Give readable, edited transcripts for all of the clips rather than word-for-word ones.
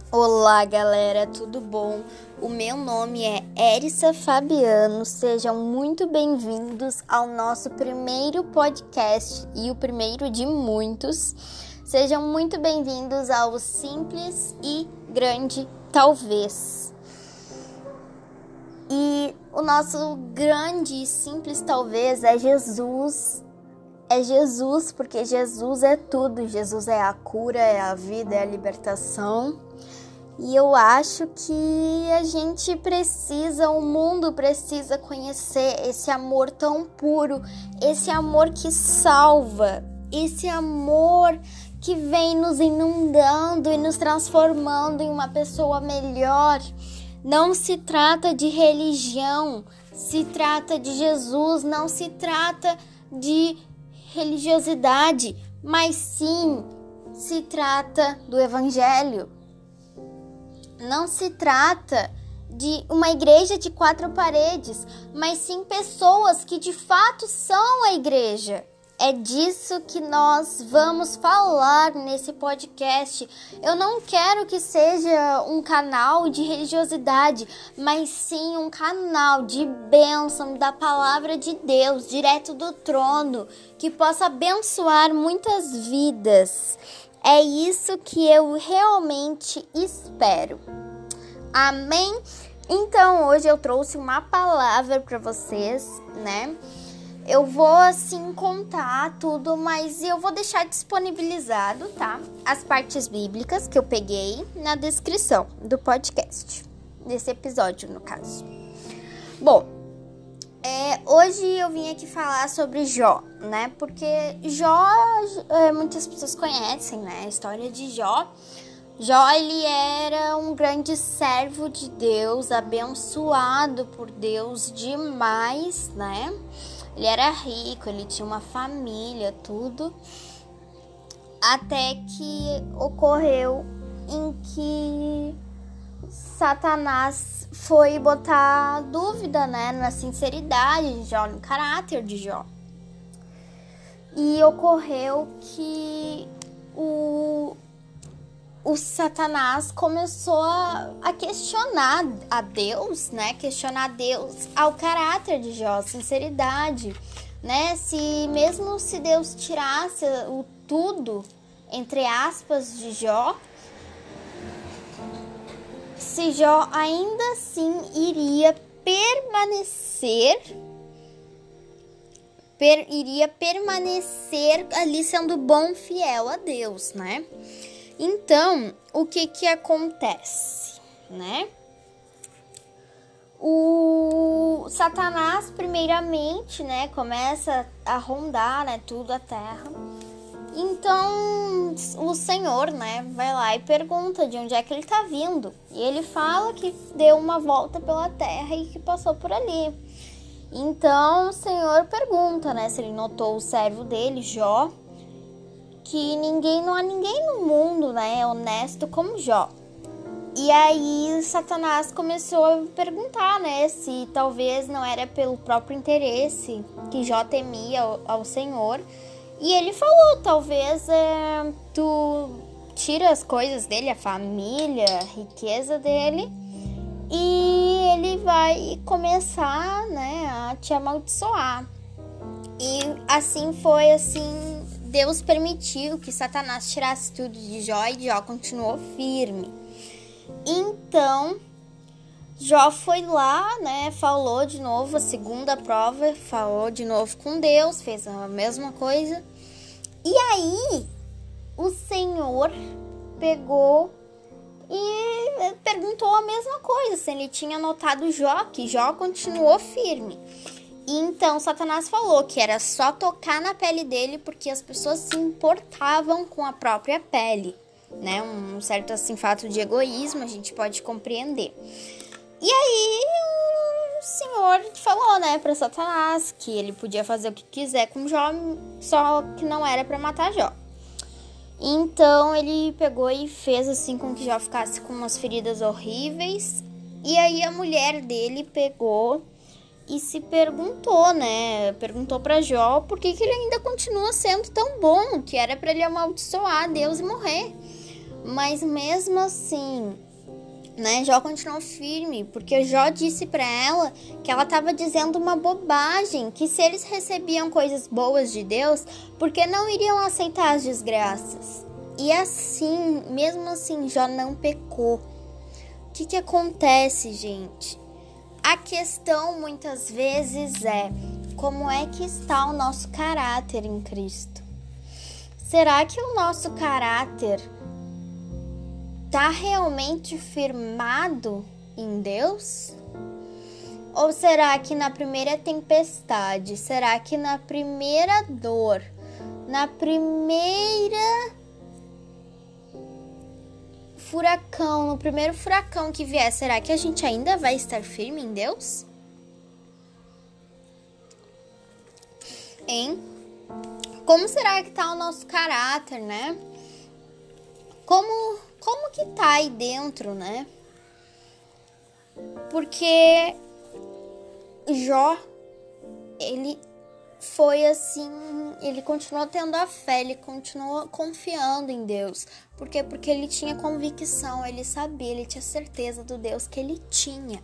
Olá, galera, tudo bom? O meu nome é Érissa Fabiano. Sejam muito bem-vindos ao nosso primeiro podcast e o primeiro de muitos. Sejam muito bem-vindos ao Simples e Grande Talvez. E o nosso grande e simples talvez é Jesus. É Jesus, porque Jesus é tudo. Jesus é a cura, é a vida, é a libertação. E eu acho que a gente precisa, o mundo precisa conhecer esse amor tão puro, esse amor que salva, esse amor que vem nos inundando e nos transformando em uma pessoa melhor. Não se trata de religião, se trata de Jesus, não se trata de religiosidade, mas sim se trata do Evangelho. Não se trata de uma igreja de 4 paredes, mas sim pessoas que de fato são a igreja. É disso que nós vamos falar nesse podcast. Eu não quero que seja um canal de religiosidade, mas sim um canal de bênção da palavra de Deus, direto do trono, que possa abençoar muitas vidas. É isso que eu realmente espero. Amém? Então, hoje eu trouxe uma palavra para vocês, né? Eu vou, assim, contar tudo, mas eu vou deixar disponibilizado, tá? As partes bíblicas que eu peguei na descrição do podcast, desse episódio, no caso. Bom, hoje eu vim aqui falar sobre Jó, né? Porque Jó, muitas pessoas conhecem, né? A história de Jó. Jó, ele era um grande servo de Deus, abençoado por Deus demais, né? Ele era rico, ele tinha uma família, tudo. Até que ocorreu em que Satanás foi botar dúvida, né, na sinceridade de Jó, no caráter de Jó. E ocorreu que o Satanás começou a questionar a Deus, né? Questionar a Deus ao caráter de Jó, a sinceridade, né? Mesmo se Deus tirasse o tudo, entre aspas, de Jó, se Jó ainda assim iria permanecer ali sendo bom, fiel a Deus, né? Então, o que acontece, né? O Satanás, primeiramente, né, começa a rondar, né, tudo a terra. Então, o Senhor, né, vai lá e pergunta de onde é que ele tá vindo. E ele fala que deu uma volta pela terra e que passou por ali. Então, o Senhor pergunta, né, se ele notou o servo dele, Jó, que não há ninguém no mundo, né, honesto como Jó. E aí Satanás começou a perguntar, né, se talvez não era pelo próprio interesse que Jó temia ao Senhor. E ele falou, talvez tu tira as coisas dele, a família, a riqueza dele, e ele vai começar, né, a te amaldiçoar. E assim foi, assim, Deus permitiu que Satanás tirasse tudo de Jó e Jó continuou firme. Então, Jó foi lá, né, falou de novo a segunda prova, falou de novo com Deus, fez a mesma coisa. E aí, o Senhor pegou e perguntou a mesma coisa, se ele tinha notado Jó, que Jó continuou firme. Então, Satanás falou que era só tocar na pele dele porque as pessoas se importavam com a própria pele, né? Um certo, assim, fato de egoísmo, a gente pode compreender. E aí, o Senhor falou, né, para Satanás que ele podia fazer o que quiser com Jó, só que não era para matar Jó. Então, ele pegou e fez, assim, com que Jó ficasse com umas feridas horríveis. E aí, a mulher dele pegou e se perguntou, né? Perguntou pra Jó por que ele ainda continua sendo tão bom, que era pra ele amaldiçoar Deus e morrer. Mas mesmo assim, né, Jó continuou firme, porque Jó disse para ela que ela estava dizendo uma bobagem, que se eles recebiam coisas boas de Deus, por que não iriam aceitar as desgraças? E assim, mesmo assim, Jó não pecou. O que acontece, gente? A questão muitas vezes é: como é que está o nosso caráter em Cristo? Será que o nosso caráter está realmente firmado em Deus? Ou será que na primeira tempestade, será que na primeira dor, na primeira furacão, no primeiro furacão que vier, será que a gente ainda vai estar firme em Deus? Hein? Como será que tá o nosso caráter, né? Como que tá aí dentro, né? Porque Jó, ele foi assim, ele continuou tendo a fé, ele continuou confiando em Deus. Por quê? Porque ele tinha convicção, ele sabia, ele tinha certeza do Deus que ele tinha.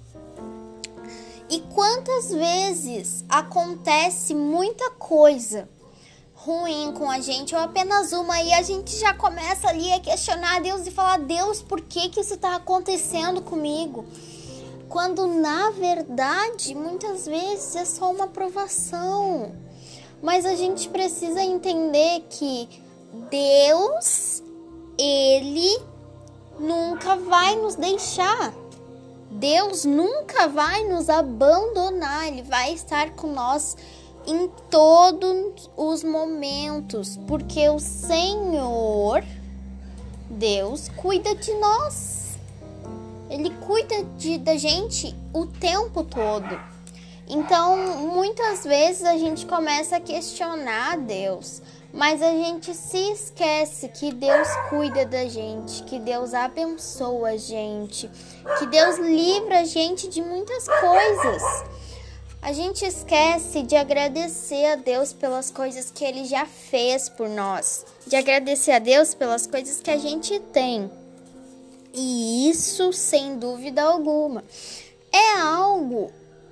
E quantas vezes acontece muita coisa ruim com a gente, ou apenas uma, e a gente já começa ali a questionar a Deus e falar: Deus, por que isso está acontecendo comigo? Quando na verdade muitas vezes é só uma provação. Mas a gente precisa entender que Deus, Ele nunca vai nos deixar. Deus nunca vai nos abandonar. Ele vai estar com nós em todos os momentos, porque o Senhor, Deus, cuida de nós. Ele cuida da gente o tempo todo. Então, muitas vezes a gente começa a questionar Deus, mas a gente se esquece que Deus cuida da gente, que Deus abençoa a gente, que Deus livra a gente de muitas coisas. A gente esquece de agradecer a Deus pelas coisas que Ele já fez por nós, de agradecer a Deus pelas coisas que a gente tem. E isso, sem dúvida alguma, é algo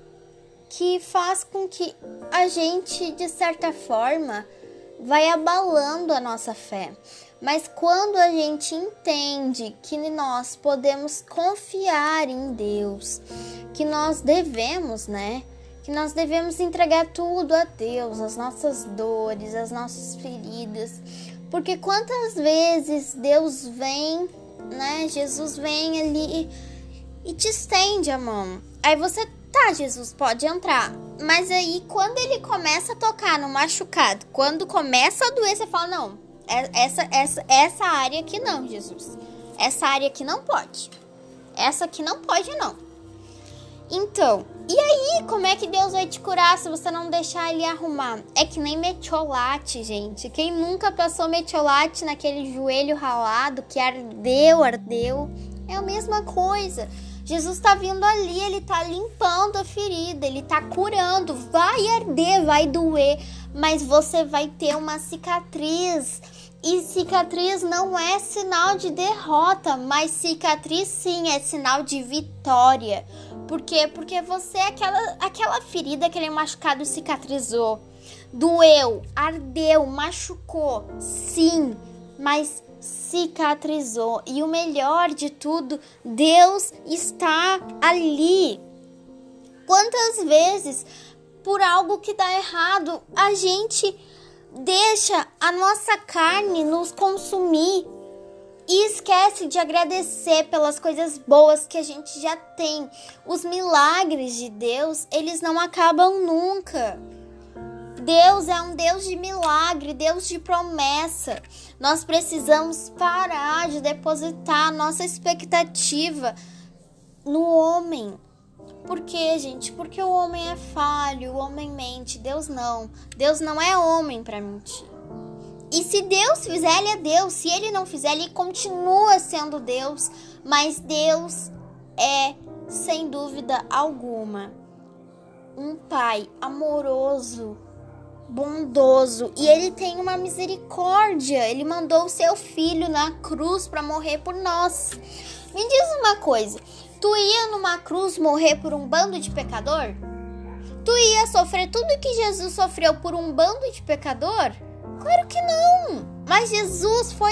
que faz com que a gente, de certa forma, vai abalando a nossa fé. Mas quando a gente entende que nós podemos confiar em Deus, que nós devemos, que nós devemos entregar tudo a Deus, as nossas dores, as nossas feridas. Porque quantas vezes Deus vem, Jesus vem ali e te estende a mão. Aí você, tá, Jesus, pode entrar. Mas aí quando Ele começa a tocar no machucado, quando começa a doer, você fala: não, essa área aqui não, Jesus. Essa área aqui não pode. Essa aqui não pode, não. Então, e aí, como é que Deus vai te curar se você não deixar Ele arrumar? É que nem metiolate, gente. Quem nunca passou metiolate naquele joelho ralado que ardeu? É a mesma coisa. Jesus está vindo ali, Ele está limpando a ferida, Ele está curando. Vai arder, vai doer, mas você vai ter uma cicatriz. E cicatriz não é sinal de derrota, mas cicatriz sim é sinal de vitória. Por quê? Porque você, aquela ferida, aquele machucado cicatrizou. Doeu, ardeu, machucou, sim, mas cicatrizou. E o melhor de tudo, Deus está ali. Quantas vezes, por algo que dá errado, a gente deixa a nossa carne nos consumir e esquece de agradecer pelas coisas boas que a gente já tem. Os milagres de Deus, eles não acabam nunca. Deus é um Deus de milagre, Deus de promessa. Nós precisamos parar de depositar a nossa expectativa no homem. Por quê, gente? Porque o homem é falho, o homem mente, Deus não. Deus não é homem para mentir. E se Deus fizer, Ele é Deus. Se Ele não fizer, Ele continua sendo Deus. Mas Deus é, sem dúvida alguma, um Pai amoroso bondoso e ele tem uma misericórdia. Ele mandou o seu filho na cruz para morrer por nós. Me diz uma coisa, tu ia numa cruz morrer por um bando de pecador? Tu ia sofrer tudo que Jesus sofreu por um bando de pecador? Claro que não! Mas Jesus foi